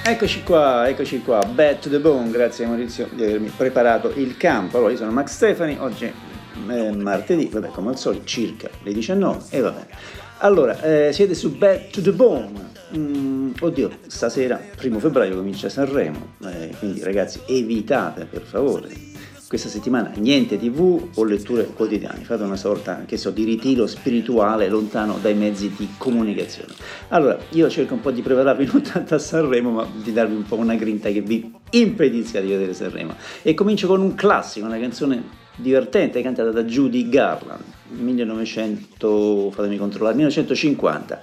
Eccoci qua, back to the bone, grazie a Maurizio di avermi preparato il campo. Allora, io sono Max Stefani, oggi è martedì, vabbè, come al solito, circa le 19, e va bene. Allora, siete su Back to the Bone. Oddio, stasera, 1 febbraio, comincia Sanremo, quindi ragazzi, evitate, per favore, questa settimana niente TV o letture quotidiane, fate una sorta, che so, di ritiro spirituale lontano dai mezzi di comunicazione. Allora, io cerco un po' di prepararvi non tanto a Sanremo, ma di darvi un po' una grinta che vi impedisca di vedere Sanremo. E comincio con un classico, una canzone divertente cantata da Judy Garland, 1950.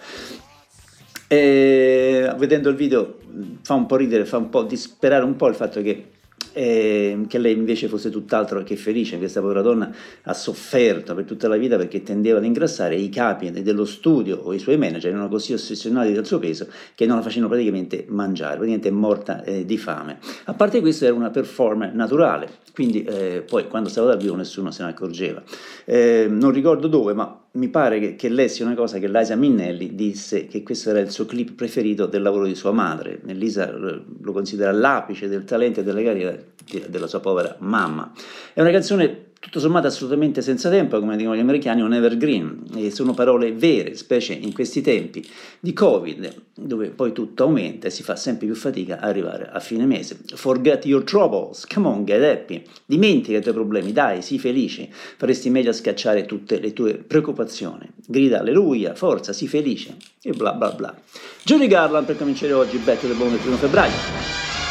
Vedendo il video fa un po' ridere, fa un po' disperare un po' il fatto che lei invece fosse tutt'altro che felice. Questa povera donna ha sofferto per tutta la vita perché tendeva ad ingrassare, e i capi dello studio o i suoi manager erano così ossessionati dal suo peso che non la facevano praticamente mangiare, praticamente è morta di fame. A parte questo, era una performer naturale, quindi poi quando stava dal vivo nessuno se ne accorgeva. Non ricordo dove, ma mi pare che lessi una cosa, che Liza Minnelli disse che questo era il suo clip preferito del lavoro di sua madre. Lisa lo considera l'apice del talento e della carriera della sua povera mamma. È una canzone tutto sommato assolutamente senza tempo, come dicono gli americani, un evergreen, e sono parole vere, specie in questi tempi di Covid, dove poi tutto aumenta e si fa sempre più fatica a arrivare a fine mese. Forget your troubles, come on, get happy, dimentica i tuoi problemi, dai, sii felice, faresti meglio a scacciare tutte le tue preoccupazioni, grida alleluia, forza, sii felice, e bla bla bla. Judy Garland per cominciare oggi Back to the Bone il 1 febbraio.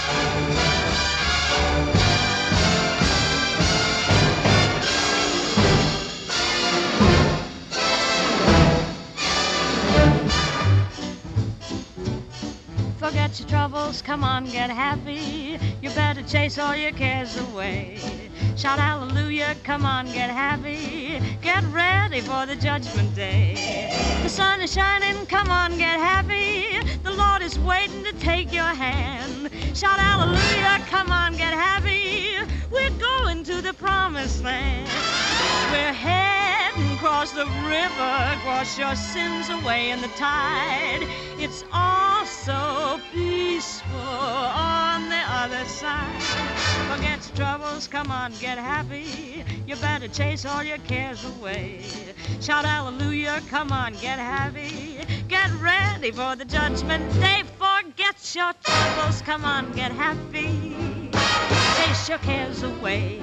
Forget your troubles, come on, get happy. You better chase all your cares away. Shout hallelujah, come on, get happy. Get ready for the judgment day. The sun is shining, come on, get happy. The Lord is waiting to take your hand. Shout hallelujah, come on, get happy. We're going to the promised land. We're heading across the river, wash your sins away in the tide. It's all so peaceful on the other side. Forget your troubles, come on, get happy. You better chase all your cares away. Shout hallelujah, come on, get happy. Get ready for the judgment day. Forget your troubles, come on, get happy. Chase your cares away.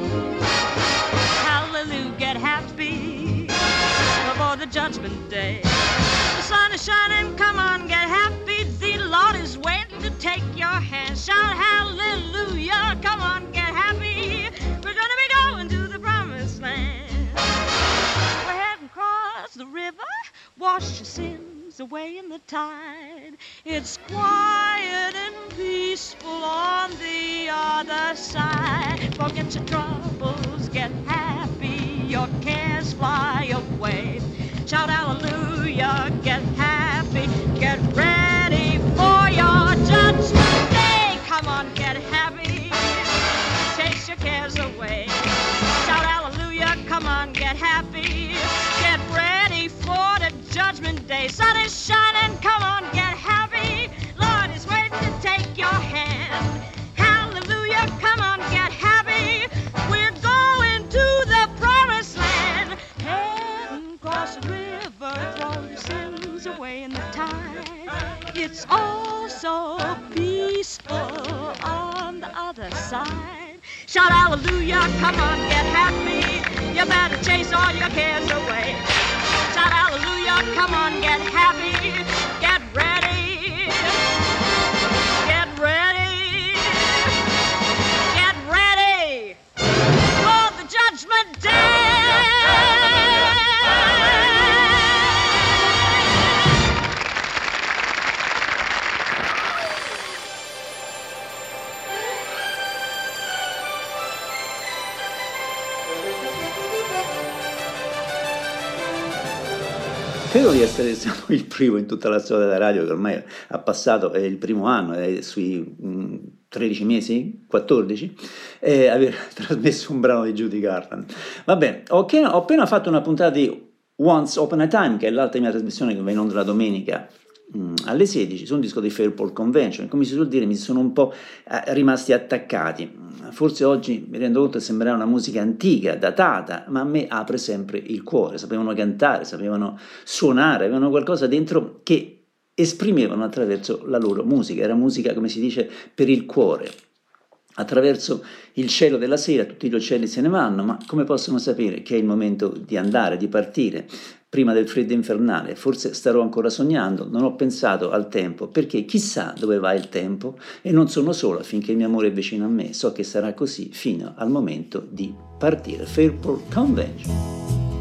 Hallelujah, get happy before the judgment day. The sun is shining, come on, get happy. The Lord is waiting to take your hand. Shout hallelujah, come on, get happy. We're gonna be going to the promised land. We're heading across the river, wash your sins away in the tide. It's quiet and peaceful on the other side. Forget your troubles, get happy, your cares fly away. Shout hallelujah, get happy, get ready for your judgment day. Come on, get happy, chase your cares away. Shout hallelujah, come on, get happy, get ready for the judgment day. Sun is shining, come on, get happy. Lord is waiting to take your hand. Hallelujah, come on, get happy. We're going to the promised land. Heading across the river, throw your sins away in the tide. It's all so peaceful on the other side. Shout hallelujah, come on, get happy. You better chase all your cares away. Shout hallelujah, come on, get happy. Get ready. Get ready. Get ready for the judgment day. Credo di essere stato il primo in tutta la storia della radio, che ormai ha passato il primo anno, è sui 13 mesi, 14, aver trasmesso un brano di Judy Garland. Va bene, ho appena fatto una puntata di Once Upon a Time, che è l'altra mia trasmissione che va in onda la domenica alle 16 su un disco di Fairport Convention, come si suol dire mi sono un po' rimasti attaccati. Forse oggi mi rendo conto che sembrerà una musica antica, datata, ma a me apre sempre il cuore. Sapevano cantare, sapevano suonare, avevano qualcosa dentro che esprimevano attraverso la loro musica. Era musica, come si dice, per il cuore. Attraverso il cielo della sera tutti gli uccelli se ne vanno, ma come possono sapere che è il momento di andare, di partire? Prima del freddo infernale, forse starò ancora sognando, non ho pensato al tempo, perché chissà dove va il tempo, e non sono sola finché il mio amore è vicino a me, so che sarà così fino al momento di partire. Fairport Convention.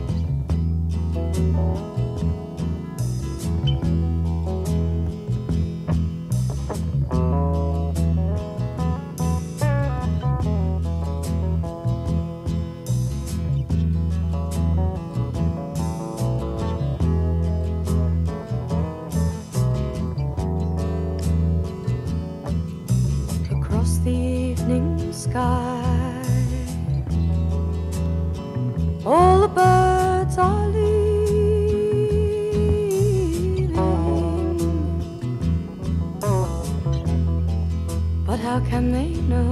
Sky, all the birds are leaving, but how can they know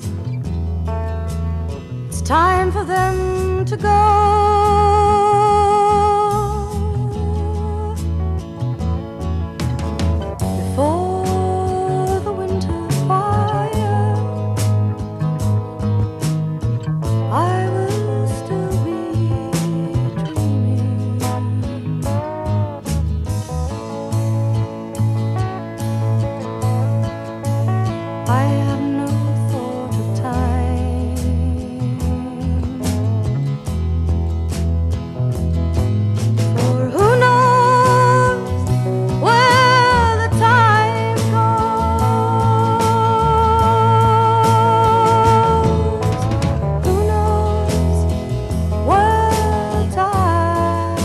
it's time for them to go? Before the winter fire, I will still be dreaming. I have no thought of time, for who knows where the time goes? Who knows where the time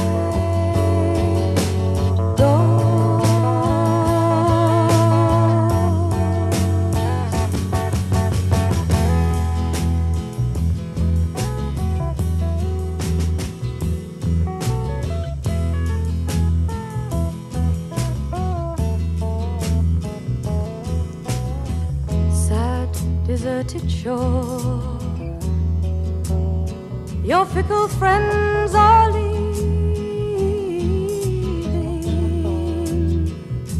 goes? Sad, deserted shore, your fickle friends are leaving.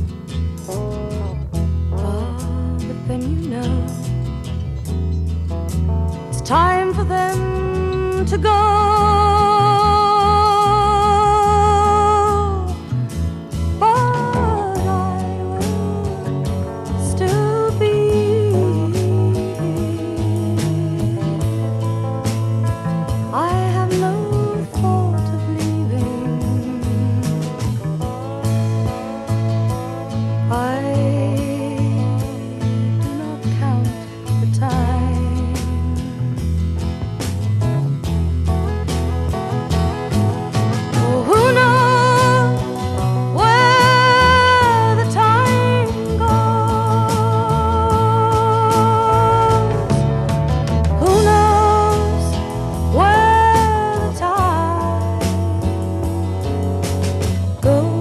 But then you know it's time for them to go. But I will still be here. I have no thought of leaving. I do not count the time. Oh, who knows where the time goes? Who knows where the time goes?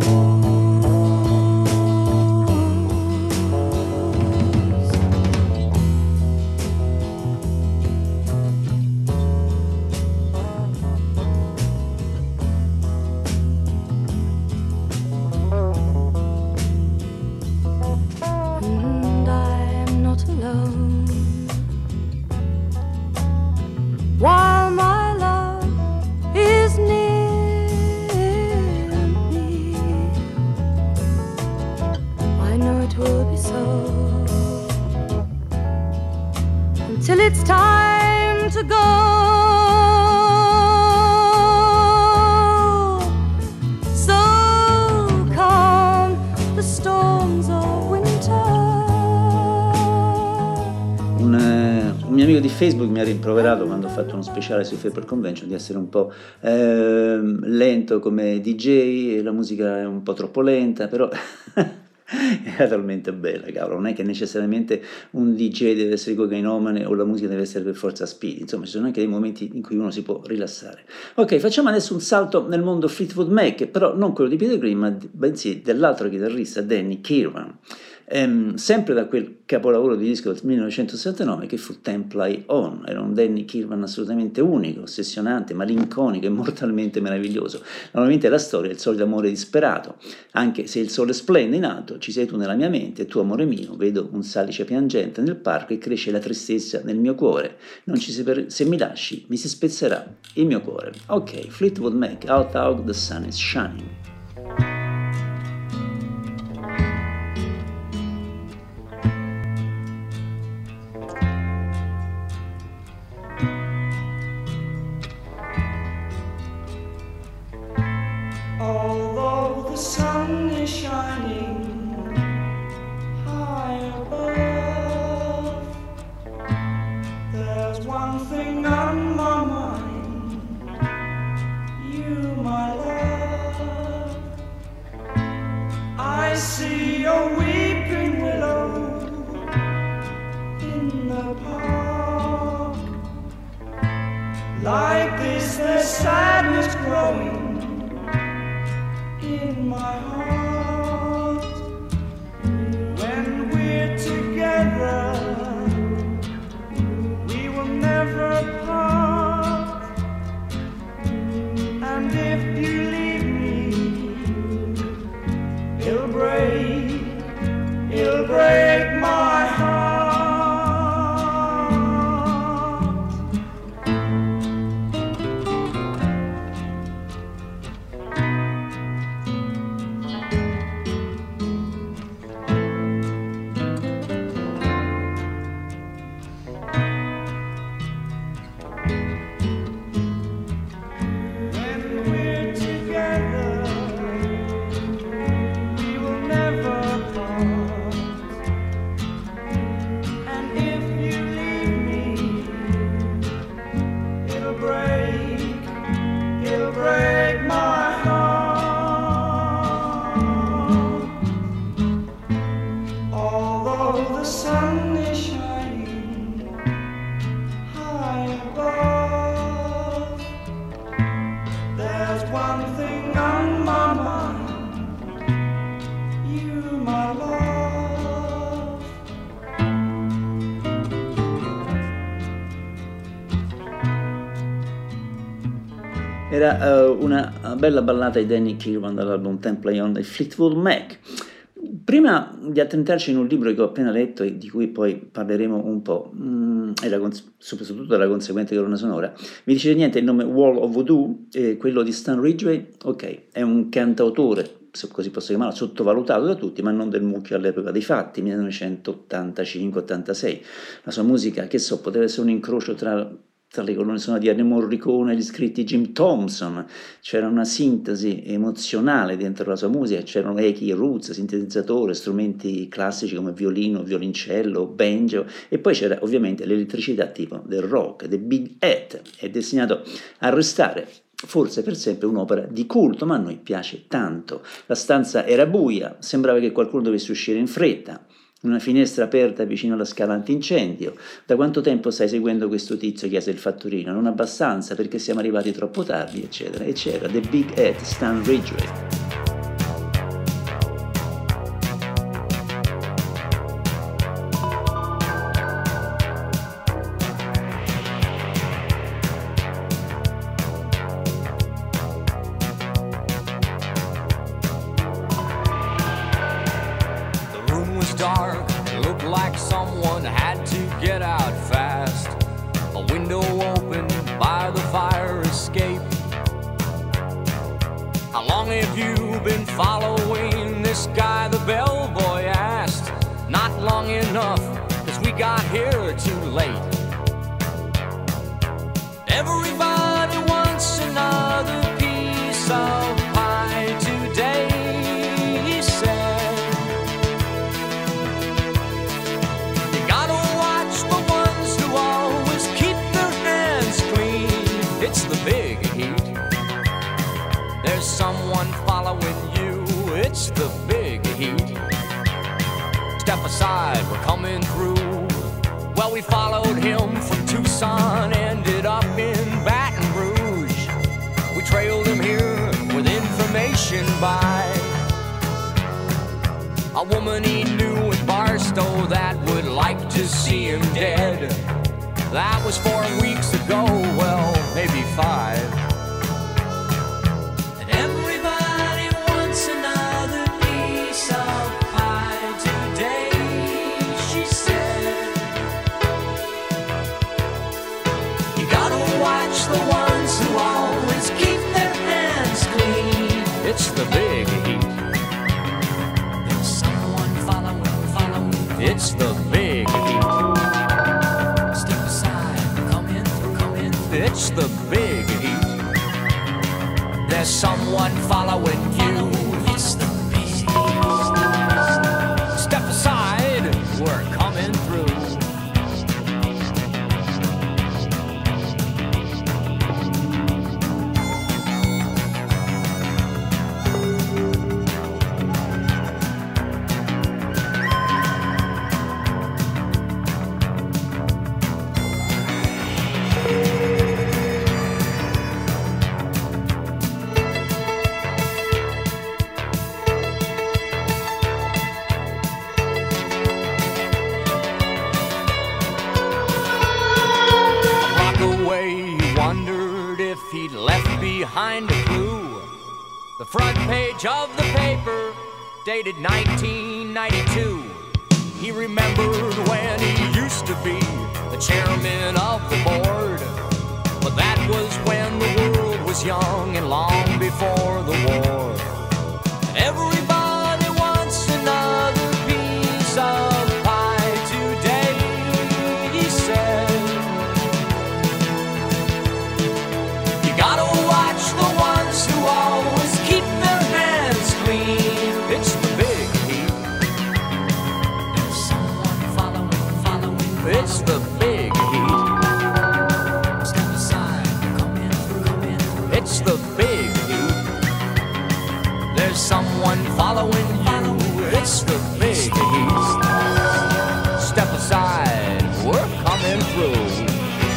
And I'm not alone while my love is near me. I know it will be so until it's time to go. So calm the storms of winter. Un mio amico di Facebook mi ha rimproverato quando ho fatto uno speciale sui Fairport Convention di essere un po' lento come DJ, e la musica è un po' troppo lenta, però era talmente bella, cavolo, non è che necessariamente un DJ deve essere cocainomane o la musica deve essere per forza speed, insomma ci sono anche dei momenti in cui uno si può rilassare. Ok, facciamo adesso un salto nel mondo Fleetwood Mac, però non quello di Peter Green, ma bensì dell'altro chitarrista Danny Kirwan. Sempre da quel capolavoro di disco del 1969 che fu Temple On. Era un Danny Kirwan assolutamente unico, ossessionante, malinconico e mortalmente meraviglioso. Normalmente la storia è il solito amore disperato, anche se il sole splende in alto, ci sei tu nella mia mente e tu amore mio, vedo un salice piangente nel parco e cresce la tristezza nel mio cuore, non ci se mi lasci mi si spezzerà il mio cuore. Ok, Fleetwood Mac, Out the Sun is Shining. Although the sun is shining high above, there's one thing on my mind, you, my love. I see a weeping willow in the park. Like this, there's sadness growing in my heart. When we're together, we will never part. And if you leave me, it'll break my heart. Era una bella ballata di Danny Kirwan dall'album Temple On dei Fleetwood Mac. Prima di attentarci in un libro che ho appena letto e di cui poi parleremo un po', soprattutto della conseguente colonna sonora, mi dice niente il nome Wall of Voodoo, quello di Stan Ridgway? Ok, è un cantautore, se così posso chiamarlo, sottovalutato da tutti, ma non del mucchio all'epoca dei fatti, 1985-86. La sua musica, che so, poteva essere un incrocio tra le colonne sonore di Ennio Morricone e gli scritti di Jim Thompson. C'era una sintesi emozionale dentro la sua musica, c'erano echi, roots, sintetizzatori, strumenti classici come violino, violoncello, banjo, e poi c'era ovviamente l'elettricità tipo del rock. The Big Hat è destinato a restare forse per sempre un'opera di culto, ma a noi piace tanto. La stanza era buia, sembrava che qualcuno dovesse uscire in fretta. Una finestra aperta vicino alla scala antincendio. Da quanto tempo stai seguendo questo tizio? Chiese il fattorino. Non abbastanza, perché siamo arrivati troppo tardi, eccetera. E c'era The Big Hat, Stan Ridgway. Following this guy, the bellboy asked. Not long enough, 'cause we got here too late. Everybody wants another piece of pie today, he said. You gotta watch the ones who always keep their hands clean. It's the big heat. There's someone following you. It's the big heat. aside, we're coming through. Well, we followed him from Tucson, ended up in Baton Rouge. We trailed him here with information by a woman he knew in Barstow that would like to see him dead. That was 4 weeks ago, well, maybe 5. And everybody wants another piece of pie today, she said. You gotta watch the ones who always keep their hands clean. It's the big heat. There's someone following. It's the big heat. Step aside, come in. It's the big heat. There's someone following you. It's the big heat. Step aside, we're coming through. He'd left behind a clue. The front page of the paper, dated 1992. He remembered when he used to be the chairman of the board. But that was when the world was young and long before the war. And everybody wants another piece of pie today, he said. Gotta watch the ones who always keep their hands clean. It's the big heat. There's someone following. It's the big heat. Step aside, come in. It's the big heat. There's someone following you. It's the big heat. Step aside, we're coming through.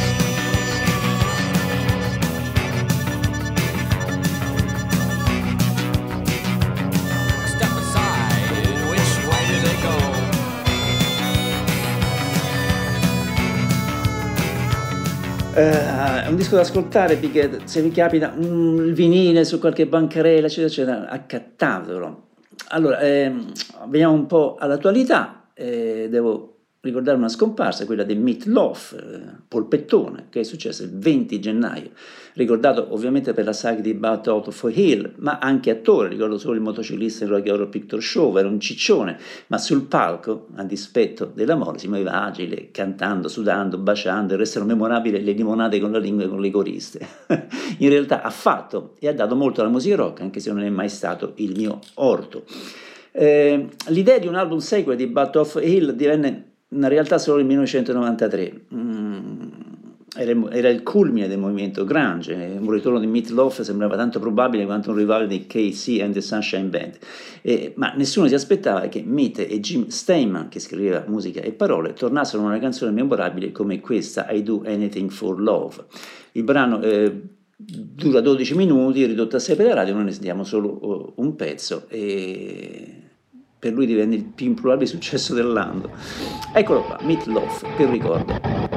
È un disco da ascoltare perché se vi capita il vinile su qualche bancarella eccetera eccetera, accattatelo. Allora veniamo un po' all'attualità. Devo ricordare una scomparsa, quella del Meat Loaf, polpettone, che è successo il 20 gennaio, ricordato ovviamente per la saga di Battle of Hill, ma anche attore. Ricordo solo il motociclista in Rocky Horror Picture Show, era un ciccione, ma sul palco, a dispetto dell'amore, si muoveva agile, cantando, sudando, baciando, e restano memorabili le limonate con la lingua e con le coriste. In realtà ha fatto e ha dato molto alla musica rock, anche se non è mai stato il mio orto. L'idea di un album sequel di Battle of Hill divenne una realtà solo nel 1993. Era il culmine del movimento grunge. Un ritorno di Meat Loaf sembrava tanto probabile quanto un revival di KC and the Sunshine Band, ma nessuno si aspettava che Meat e Jim Steinman, che scriveva musica e parole, tornassero a una canzone memorabile come questa, I Do Anything for Love. Il brano dura 12 minuti, ridotto a 6 per la radio, noi ne sentiamo solo un pezzo e per lui divenne il più improbabile successo dell'anno. Eccolo qua, Meat Loaf, per ricordo.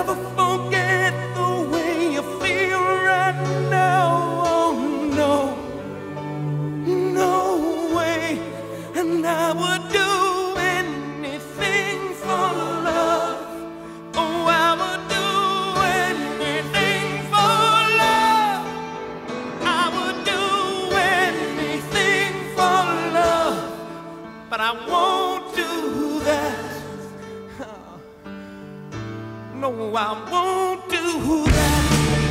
never forget the way you feel right now. Oh no, no way. And I would do anything for love. Oh, I would do anything for love. I would do anything for love. But I won't do that. No, I won't do that.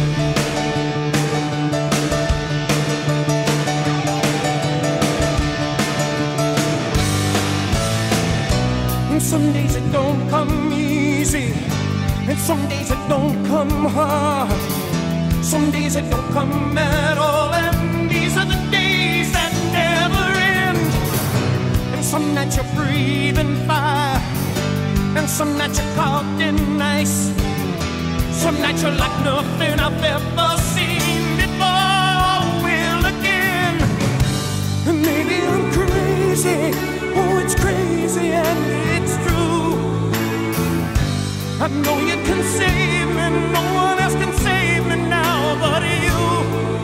And some days it don't come easy, and some days it don't come hard. Some days it don't come at all, and these are the days that never end. And some nights you're breathing fire, and some nights you're caught in ice. Some nights you're like nothing I've ever seen before or will again. And maybe I'm crazy, oh it's crazy and it's true. I know you can save me, no one else can save me now but you.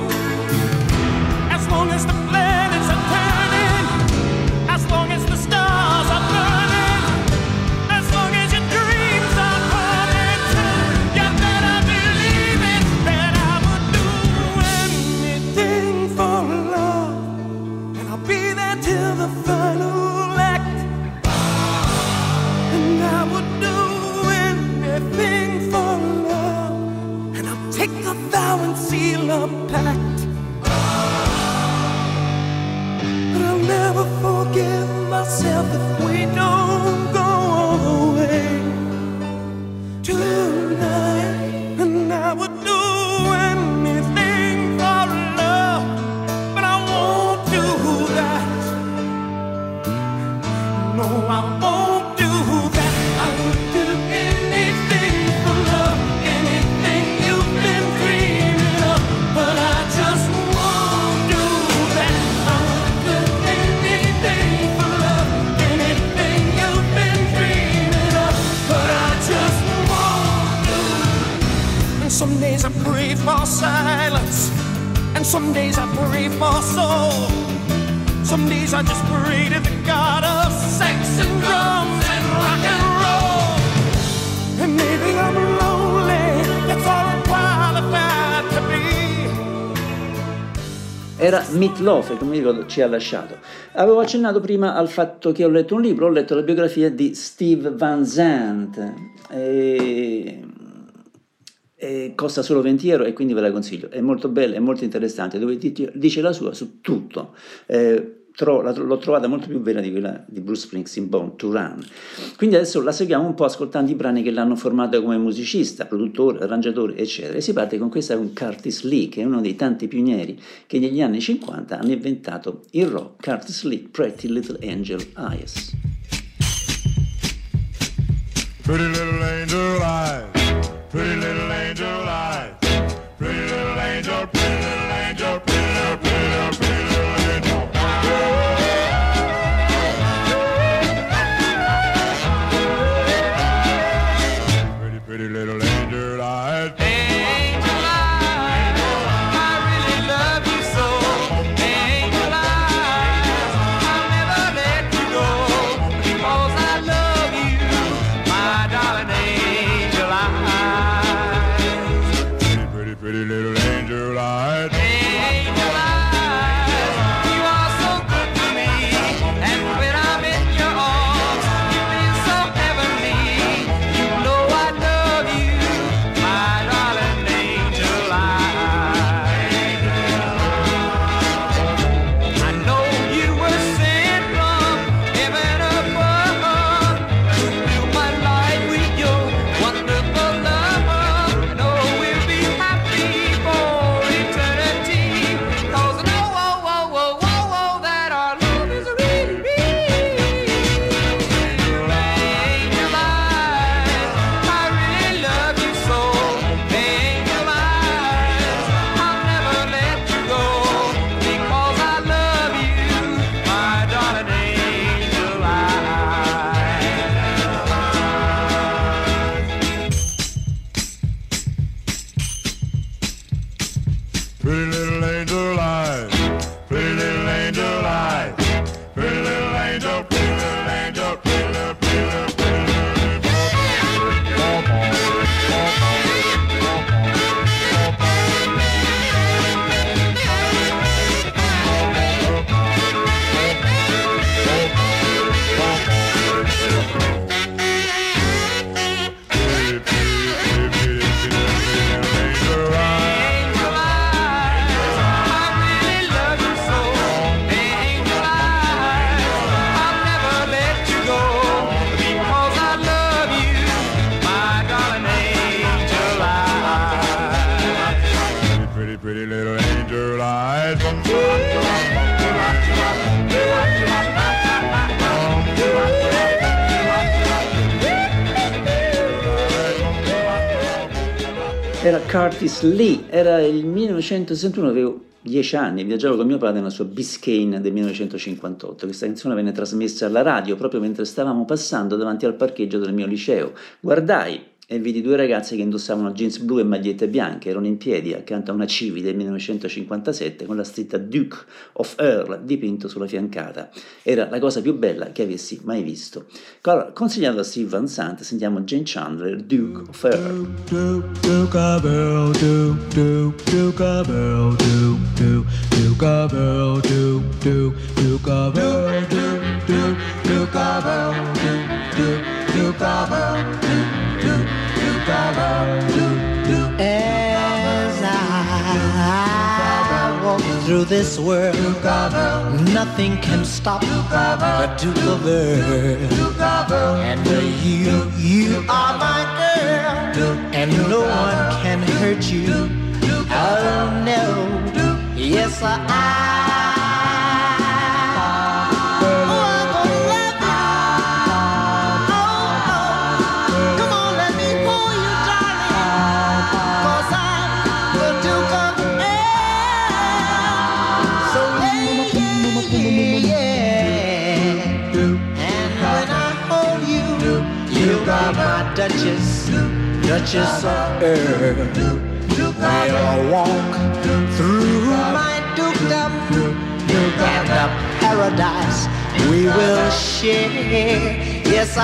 As long as the planets are turning, as long as the stars are burning, as long as your dreams are coming true, you better believe it, that I would do anything for love. And I'll be there till the final act. And I would do anything for love. And I'll take a vow and seal a pact. But I'll never forgive myself if we don't go all the way tonight. And I would do anything for love, but I won't do that. No, I won't do that. I would do anything for love, anything you've been dreaming of, but I just won't do that. I would do anything for love, anything you've been dreaming of, but I just won't do. And some days I pray for silence, and some days I pray for soul. Some days I just pray to the God of sex and drums and rock and roll. And maybe I'm lonely, that's all I'm qualified to be. Era Meat Loaf, che come mi ricordo ci ha lasciato. Avevo accennato prima al fatto che ho letto un libro, ho letto la biografia di Steve Van Zandt, e costa solo 20 euro e quindi ve la consiglio, è molto bella, è molto interessante, dove dice la sua su tutto. L'ho trovata molto più vera di quella di Bruce Springsteen, Born to Run. Quindi adesso la seguiamo un po' ascoltando i brani che l'hanno formata come musicista, produttore, arrangiatore, eccetera. E si parte con questa con Curtis Lee, che è uno dei tanti pionieri che negli anni 50 hanno inventato il rock. Curtis Lee, Pretty Little Angel Eyes. Pretty little angel eyes, pretty little angel eyes, pretty little angel, pretty little angel, pretty little, pretty little, pretty little angel. Pretty, pretty little angel eyes. Angel eyes, I really love you so. Angel eyes, I'll never let you go, because I love you, my darling angel eyes. Era Curtis Lee, era il 1961, avevo 10 anni, viaggiavo con mio padre nella sua Biscayne del 1958. Questa canzone venne trasmessa alla radio proprio mentre stavamo passando davanti al parcheggio del mio liceo. Guardai e vidi due ragazze che indossavano jeans blu e magliette bianche, erano in piedi accanto a una Civi del 1957 con la scritta Duke of Earl dipinto sulla fiancata. Era la cosa più bella che avessi mai visto. Allora, consigliato da Steve Van Sant, sentiamo Jane Chandler, Duke of Earl. Duke of Earl, Duke of Earl, Duke of Earl, Duke of Earl, Duke of Earl, Duke of Earl. As I walk through this world, nothing can stop the Duke of Earl. And you are my girl, and no one can hurt you. Oh no, yes Duchess of Earl. We'll walk through my dukedom and the paradise we will share. Yes,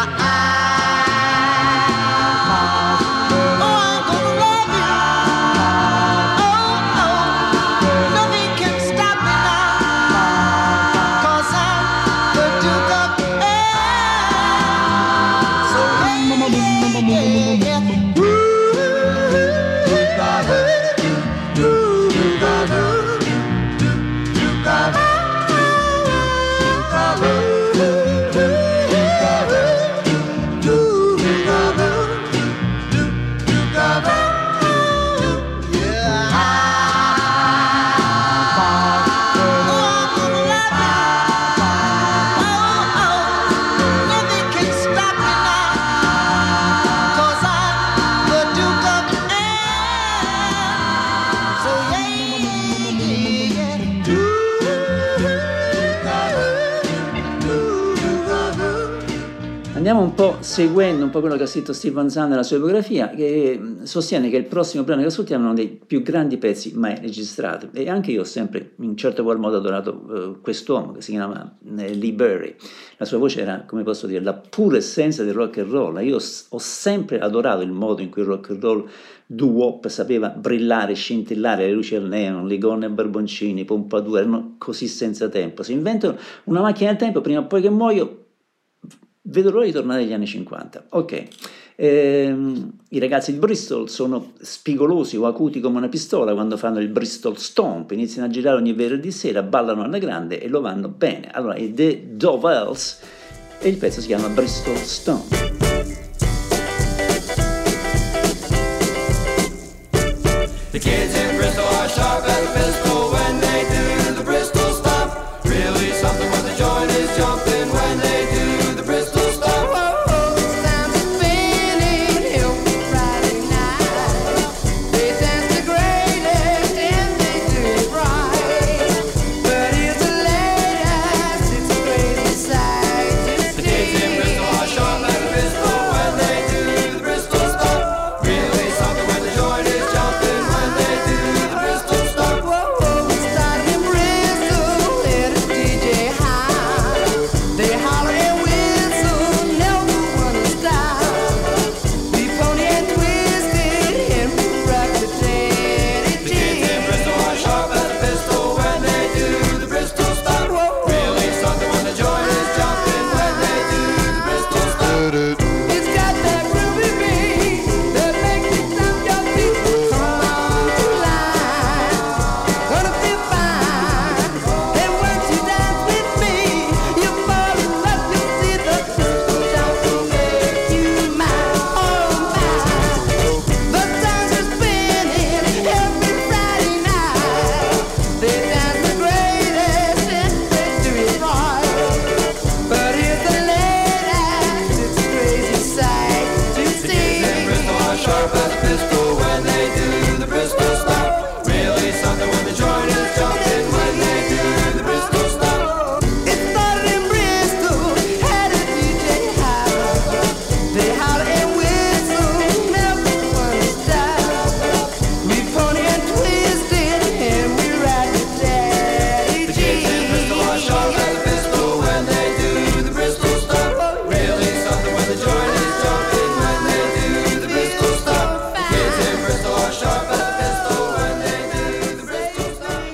Andiamo un po' seguendo un po' quello che ha scritto Steve Van Sant nella sua biografia, che sostiene che il prossimo brano che ascoltiamo è uno dei più grandi pezzi mai registrati, e anche io ho sempre in un certo qual modo adorato quest'uomo che si chiama Lee Barry. La sua voce era, come posso dire, la pura essenza del rock and roll. Io ho sempre adorato il modo in cui il rock and roll doo-wop sapeva brillare, scintillare, le luci al neon, Ligone e Barboncini, Pompadour, erano così senza tempo. Se inventano una macchina del tempo, prima o poi che muoio, vedo l'ora di tornare agli anni 50. Ok, i ragazzi di Bristol sono spigolosi o acuti come una pistola quando fanno il Bristol Stomp, iniziano a girare ogni venerdì sera, ballano alla grande e lo vanno bene. Allora, i The Dovels, e il pezzo si chiama Bristol Stomp. The kids in Bristol are sharp as a pistol when they do the Bristol Stomp. Really something when the joint is jumping when they do the Bristol Stomp. sounds a feeling here Friday night. They dance the greatest and they do it right. But it's the latest, it's a crazy sight. The kids in Bristol are sharp as a pistol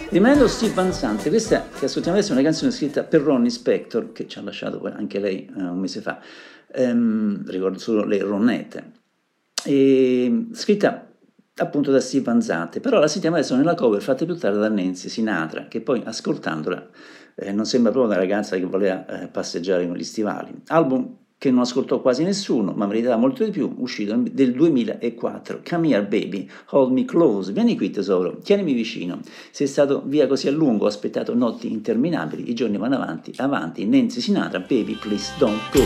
Rimanendo Steve Van Zandt, questa che ascoltiamo adesso è una canzone scritta per Ronnie Spector, che ci ha lasciato poi anche lei un mese fa, ricordo solo le Ronette, scritta appunto da Steve Van Zandt, però la sentiamo adesso nella cover fatta più tardi da Nancy Sinatra, che poi ascoltandola non sembra proprio una ragazza che voleva passeggiare con gli stivali. Album che non ascoltò quasi nessuno, ma meritava molto di più, uscito del 2004. Come here baby, hold me close, vieni qui tesoro, tienimi vicino. Sei stato via così a lungo, ho aspettato notti interminabili, i giorni vanno avanti, avanti, Nancy Sinatra, baby please don't go.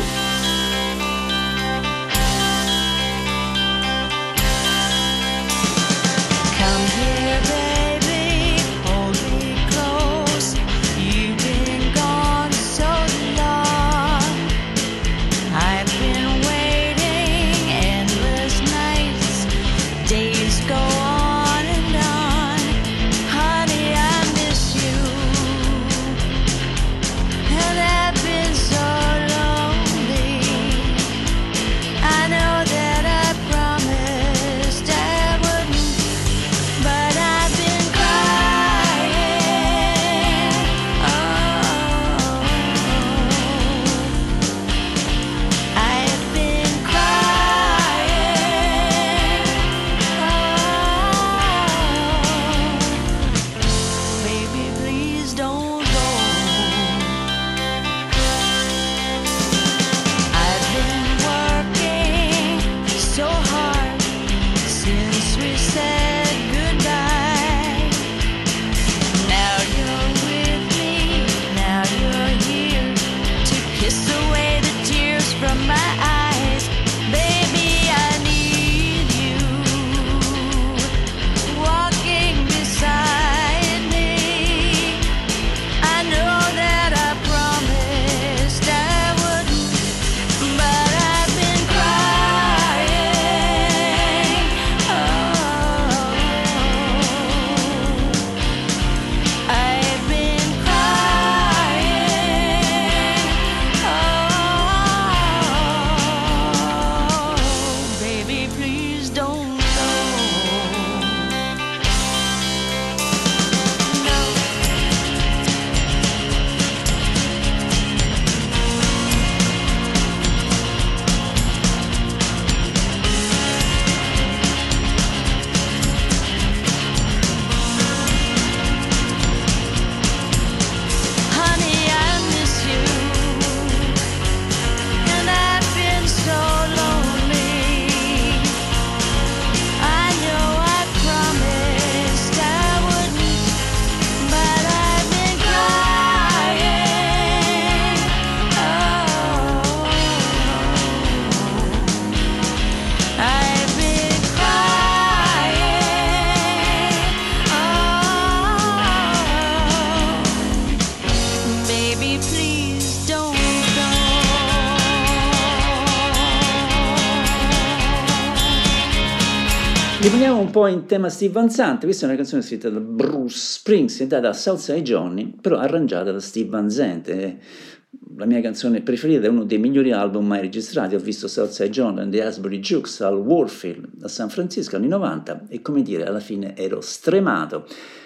Rimaniamo un po' in tema Steve Van Zandt. Questa è una canzone scritta da Bruce Springsteen, da Southside Johnny, però arrangiata da Steve Van Zandt. La mia canzone preferita è uno dei migliori album mai registrati. Ho visto Southside Johnny and the Asbury Jukes al Warfield a San Francisco anni 90 e, come dire, alla fine ero stremato.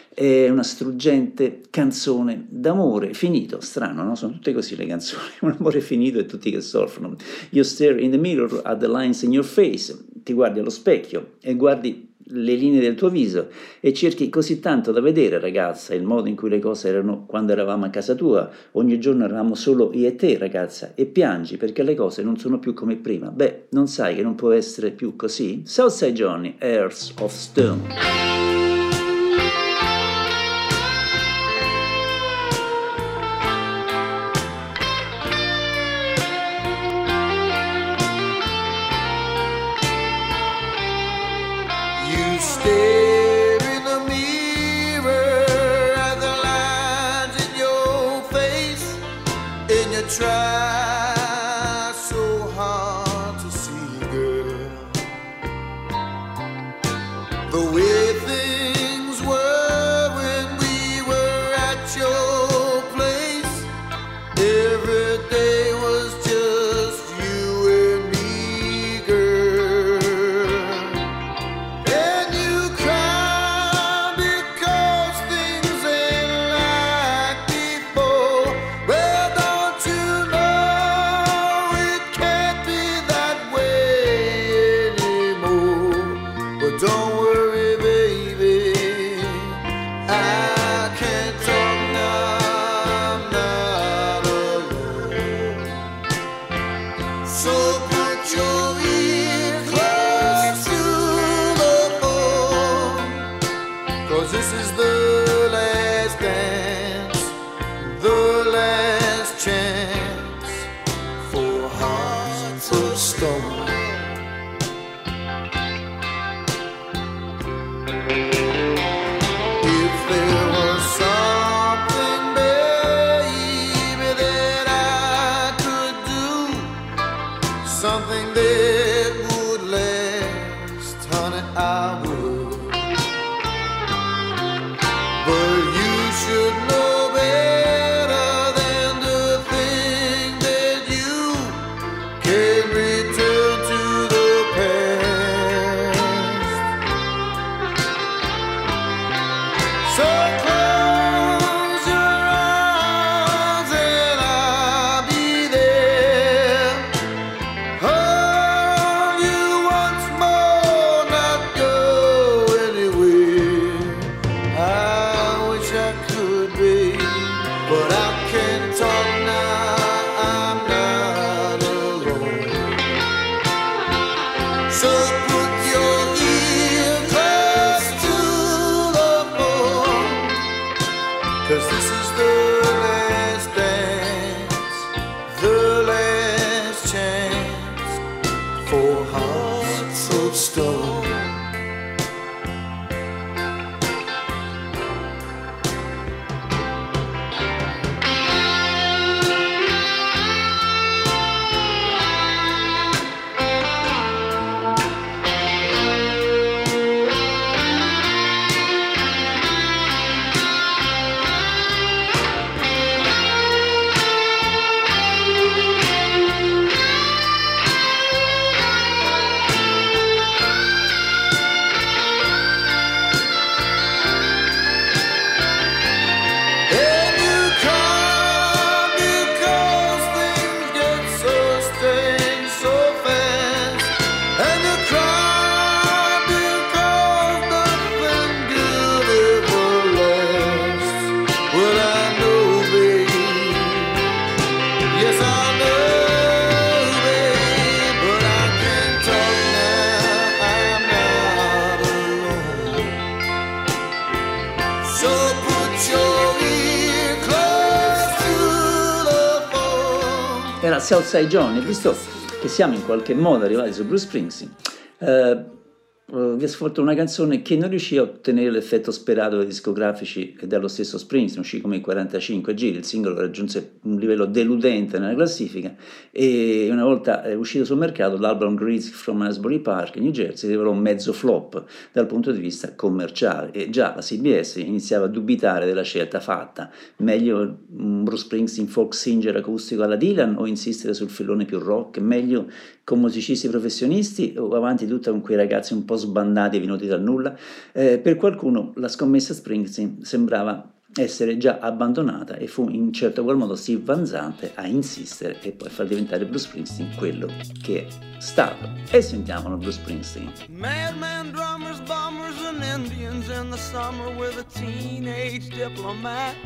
È una struggente canzone d'amore finito, strano, no? Sono tutte così le canzoni, un amore finito e tutti che soffrono. You stare in the mirror at the lines in your face, ti guardi allo specchio e guardi le linee del tuo viso e cerchi così tanto da vedere, ragazza, il modo in cui le cose erano quando eravamo a casa tua, ogni giorno eravamo solo io e te, ragazza, e piangi perché le cose non sono più come prima. Beh, non sai che non può essere più così? Southside Johnny, Hearts of Stone. Try so hard to see, girl, the way things were when we were at your place. Every day was just you and me, girl. And you cry because things ain't your ear close to the phone, 'cause this is the last dance, the last chance for hearts of stone. If there was something, baby, that I could do, something that would last, honey, I would. But you should know better than to think that you can return to the past. So close your eyes and I'll be there. Hold you once more, not go anywhere. I wish I could be, but I can't talk now. I'm not alone. So put your ear close to the phone, 'cause this is the last dance, the last chance for hearts of stone. And you come because things get so strange so fast. And you cry because nothing good ever lasts. Well, I know, babe. Yes, I know, babe. But I can't talk now. I'm not alone. So put your ear close to the phone. Era Southside John, e visto che siamo in qualche modo arrivati su Bruce Springsteen, vi ascolto una canzone che non riuscì a ottenere l'effetto sperato dai discografici e dallo stesso Springsteen, uscì come i 45 giri, il singolo raggiunse un livello deludente nella classifica e una volta uscito sul mercato l'album Grease from Asbury Park, New Jersey, si rivelò un mezzo flop dal punto di vista commerciale e già la CBS iniziava a dubitare della scelta fatta, meglio un Bruce Springsteen folk singer acustico alla Dylan o insistere sul filone più rock, meglio con musicisti professionisti o avanti tutta con quei ragazzi un po' sbandati e venuti dal nulla. Per qualcuno la scommessa Springsteen sembrava essere già abbandonata e fu in certo qual modo Steve Van Zandt a insistere e poi far diventare Bruce Springsteen quello che è stato. E sentiamolo Bruce Springsteen. Madman, drummers, bombers, and Indians in the summer with a teenage diplomat.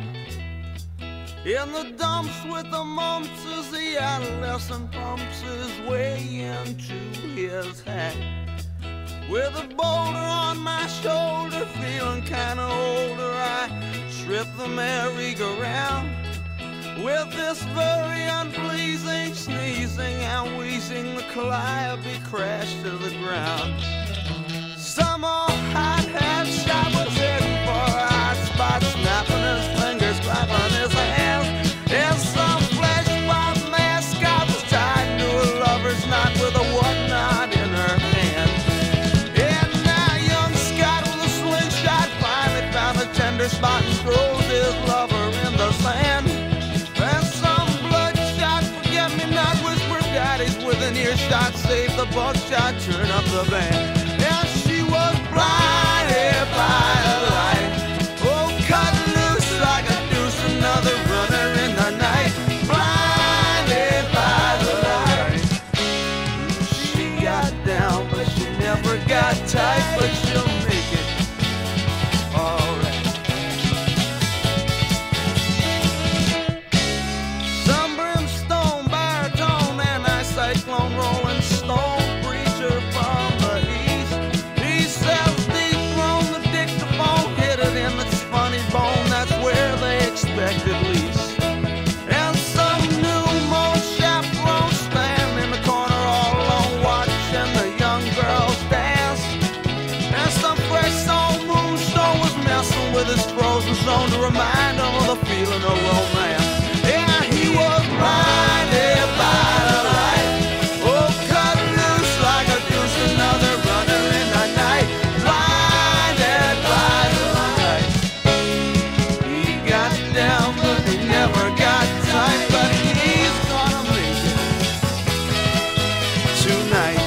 In the dumps with the mumps as the adolescent pumps his way into his hat. With a boulder on my shoulder, feeling kinda older, I trip the merry-go-round. With this very unpleasing sneezing and wheezing, the calliope crashed to the ground. Some old hot-hat shot was heading for a hot spot, snapping his fingers, clapping his hands. And some flesh-bound mascot was tied to a lover's knot with a whatnot in her hand. And now young Scott with a slingshot finally found a tender spot and throws his lover in the sand. And some bloodshot forget-me-not whispered daddies within earshot, save the buckshot, turn up the band. And she was blinded by the light, oh, cut loose like a deuce, another runner in the night. Blinded by the light, she got down, but she never got tight, but she'll make it alright. Some brimstone, baritone, and a cyclone rolling stone tonight.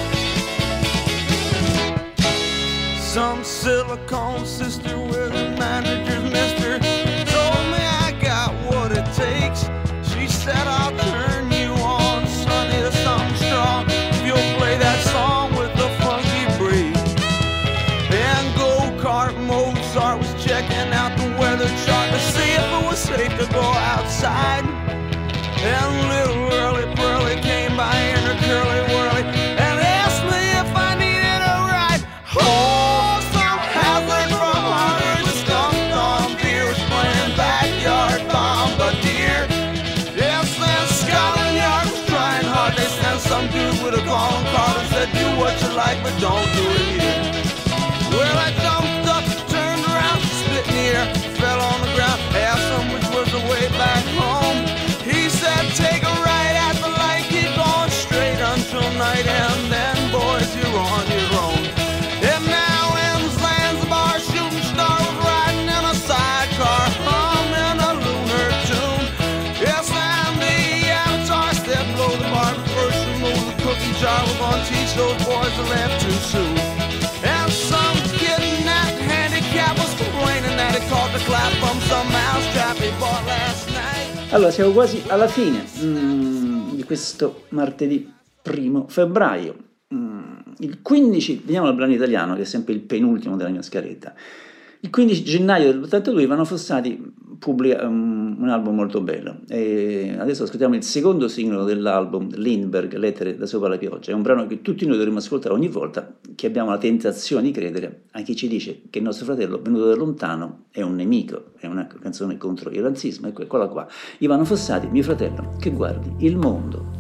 Some silicone sister with a manager's mister told me I got what it takes. She said I'll turn you on, sonny, to something strong if you'll play that song with the funky break. And go-kart Mozart was checking out the weather chart to see if it was safe to go outside. And little Early Pearly came by in her curly whirly and asked me if I needed a ride. Oh, some hazard from Harvard skunked on beer was playing backyard bombardier. Yes, then Scotland Yard was trying hard. They sent some dude with a calling card and said, do what you like, but don't do it here. Well, I jumped up, turned around, spit in the air, fell on the ground, asked him which was the way back home. He said, take a right at the light, keep going straight until night, and then, boys, you're on your own. And now in Zanzibar, shooting star was riding in a sidecar, humming a lunar tune. Yes, and the avatar stepped below the bar, but first remove the cookie jar. We're gonna teach those boys to laugh too soon. And some kid in that handicap was complaining that he caught the clap from some mousetrap he bought last night. Allora, siamo quasi alla fine di questo martedì 1 febbraio. Il 15, vediamo il brano italiano, che è sempre il penultimo della mia scaletta. Il 15 gennaio dell'82 Ivano Fossati pubblica un album molto bello. E adesso ascoltiamo il secondo singolo dell'album, Lindbergh, Lettere da sopra la pioggia. È un brano che tutti noi dovremmo ascoltare ogni volta che abbiamo la tentazione di credere a chi ci dice che il nostro fratello venuto da lontano è un nemico, è una canzone contro il razzismo. Ecco, eccola qua. Ivano Fossati, mio fratello, che guardi il mondo.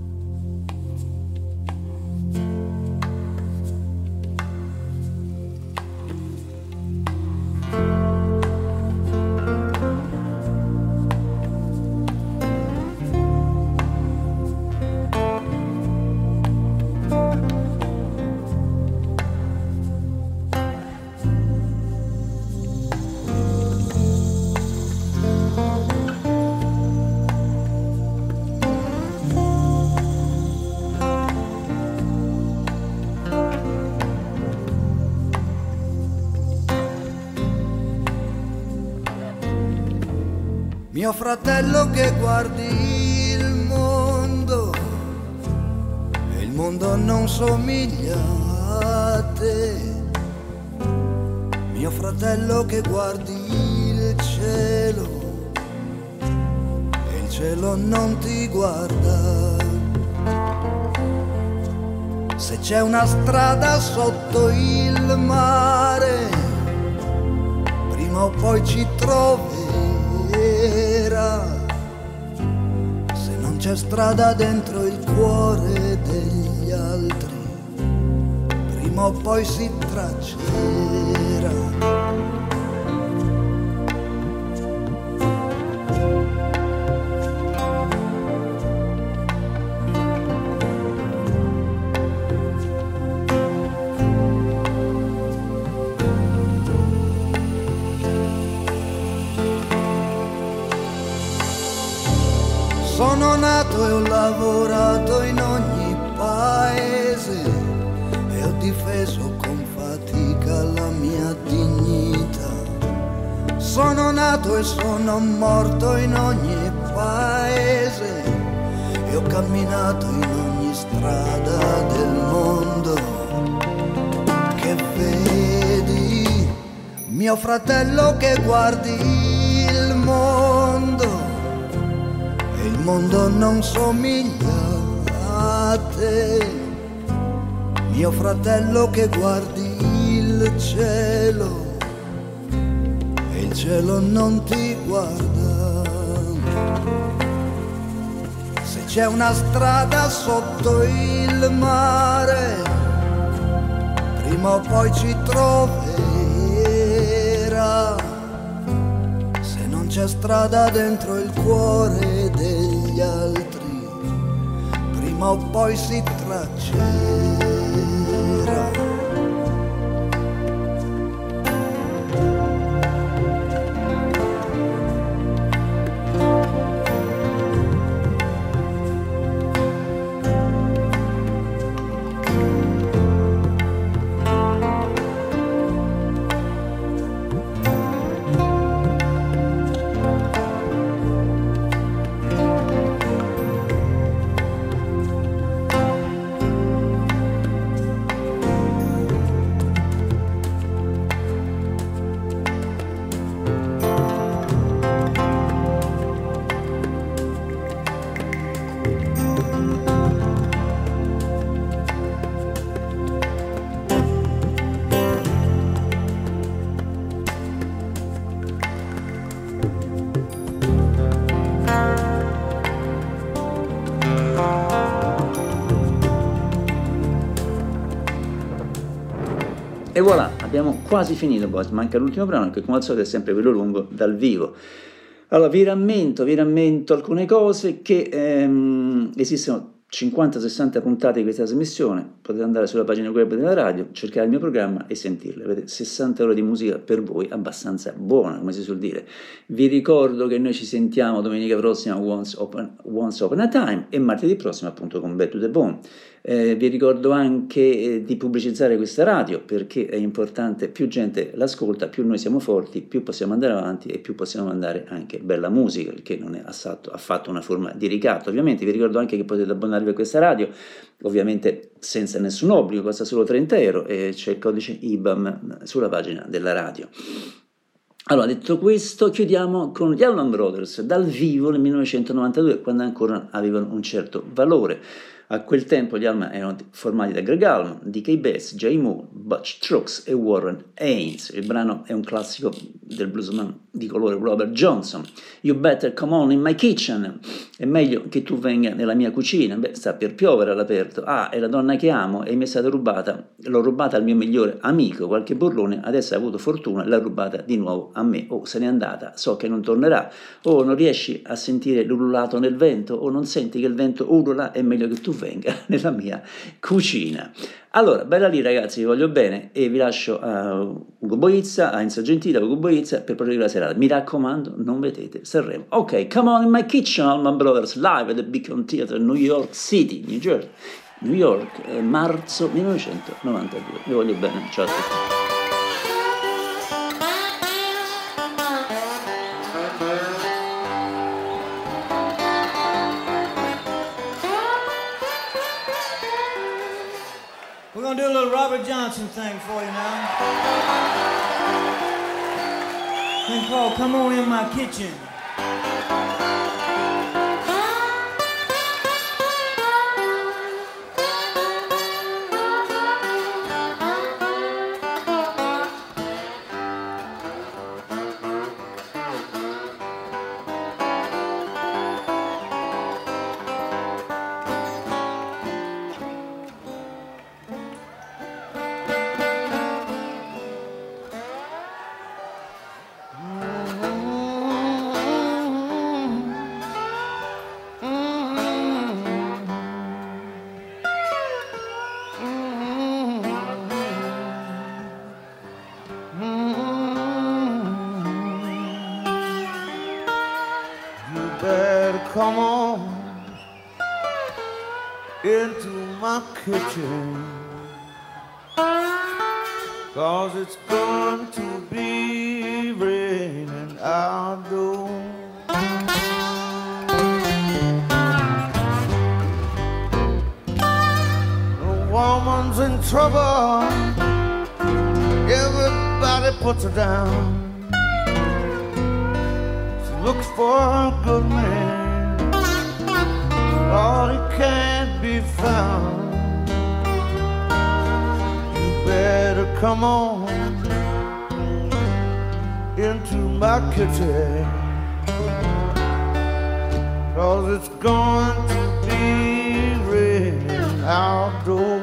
Mio fratello che guardi il mondo e il mondo non somiglia a te. Mio fratello che guardi il cielo e il cielo non ti guarda. Se c'è una strada sotto il mare, prima o poi ci troverà. Se non c'è strada dentro il cuore degli altri, prima o poi si traccerà. Sono nato e ho lavorato in ogni paese e ho difeso con fatica la mia dignità. Sono nato e sono morto in ogni paese e ho camminato in ogni strada del mondo. Che vedi, mio fratello che guardi il mondo, il mondo non somiglia a te. Mio fratello che guardi il cielo e il cielo non ti guarda. Se c'è una strada sotto il mare, prima o poi ci troverà. Se non c'è strada dentro il cuore degli altri, prima o poi si traccerà. E voilà, abbiamo quasi finito, boys. Manca l'ultimo brano che come al solito è sempre quello lungo dal vivo. Allora vi rammento alcune cose, che esistono 50-60 puntate di questa trasmissione, potete andare sulla pagina web della radio, cercare il mio programma e sentirle, avete 60 ore di musica per voi, abbastanza buona, come si suol dire. Vi ricordo che noi ci sentiamo domenica prossima Once Upon a Time e martedì prossimo appunto con Back to the Bone. Vi ricordo anche di pubblicizzare questa radio, perché è importante, più gente l'ascolta, più noi siamo forti, più possiamo andare avanti e più possiamo mandare anche bella musica, il che non è affatto una forma di ricatto. Ovviamente vi ricordo anche che potete abbonarvi a questa radio, ovviamente senza nessun obbligo, costa solo 30 euro e c'è il codice IBAN sulla pagina della radio. Allora, detto questo, chiudiamo con gli Allman Brothers dal vivo nel 1992, quando ancora avevano un certo valore. A quel tempo gli Allman erano formati da Greg Allman, D.K. Bass, Jay Moore, Butch Trucks e Warren Haynes. Il brano è un classico del bluesman di colore Robert Johnson. You better come on in my kitchen. È meglio che tu venga nella mia cucina. Beh, sta per piovere all'aperto. Ah, è la donna che amo e mi è stata rubata. L'ho rubata al mio migliore amico, qualche burlone, adesso ha avuto fortuna, l'ha rubata di nuovo a me. Oh, se n'è andata, so che non tornerà. Oh, non riesci a sentire l'ululato nel vento? O non senti che il vento ulula? È meglio che tu venga nella mia cucina. Allora, bella lì ragazzi, vi voglio bene e vi lascio a Ugo Boizza, a Enzo Gentile, a Ugo Boizza per proseguire la serata. Mi raccomando, non vedete Sanremo. Ok, Come On in My Kitchen, Allman Brothers, live at the Beacon Theatre, New York City, New Jersey, New York, marzo 1992. Vi voglio bene, ciao a tutti. We're going to do a little Robert Johnson thing for you now. Thing called Come On In My Kitchen. Come on into my kitchen, 'cause it's going to be raining outdoors. The woman's in trouble, everybody puts her down. She looks for a good man, all he can't be found. You better come on into my kitchen, 'cause it's going to be raining outdoors.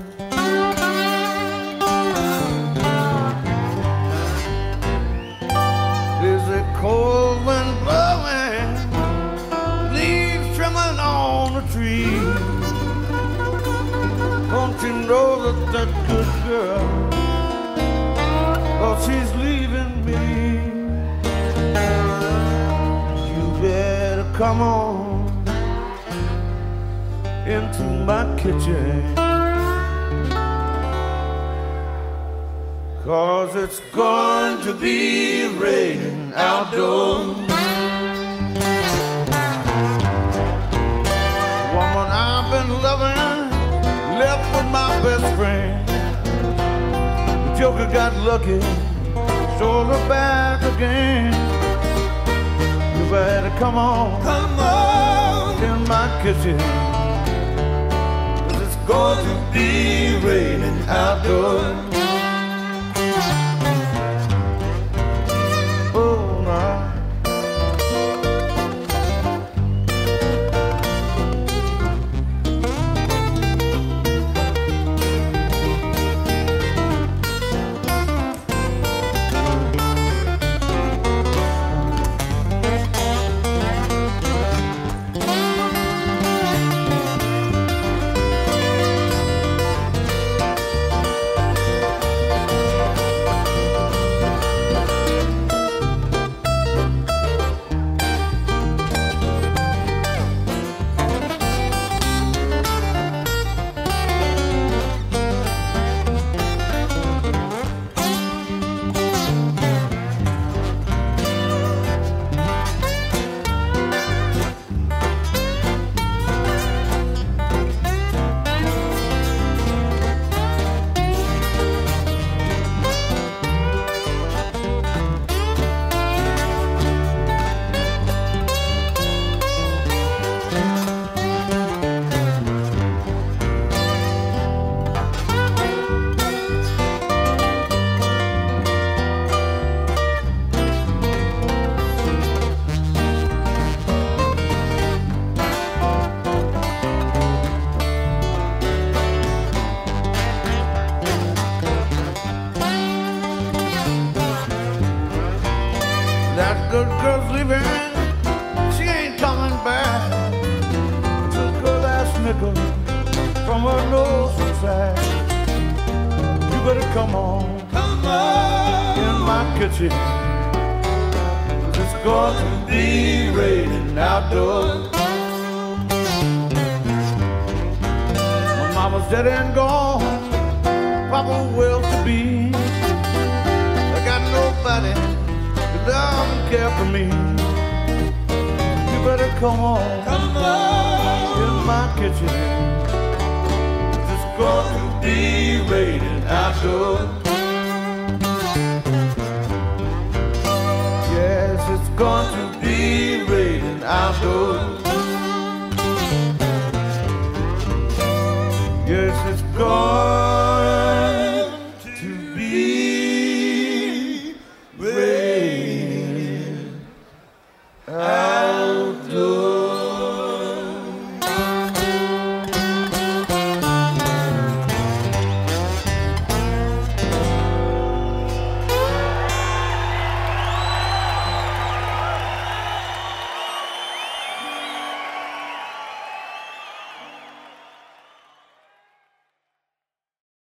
There's a cold wind blowing, leaves trembling on the tree. Don't you know that that good girl, oh, she's leaving me. You better come on into my kitchen, 'cause it's going to be raining outdoors. Woman I've been loving left with my best friend. The joker got lucky, stole her back again. You better come on in my kitchen, 'cause it's going to be raining outdoors. Oh, no. good girl's leaving, she ain't coming back. Took her last nickel from her nose inside. You better come on in my kitchen. It's going to be raining outdoors. My mama's dead and gone, Papa well to be. I got nobody that doesn't care for me. You better come on in my kitchen. It's going to be raining outdoors. Yes, it's going to be raining outdoors. Yes, it's going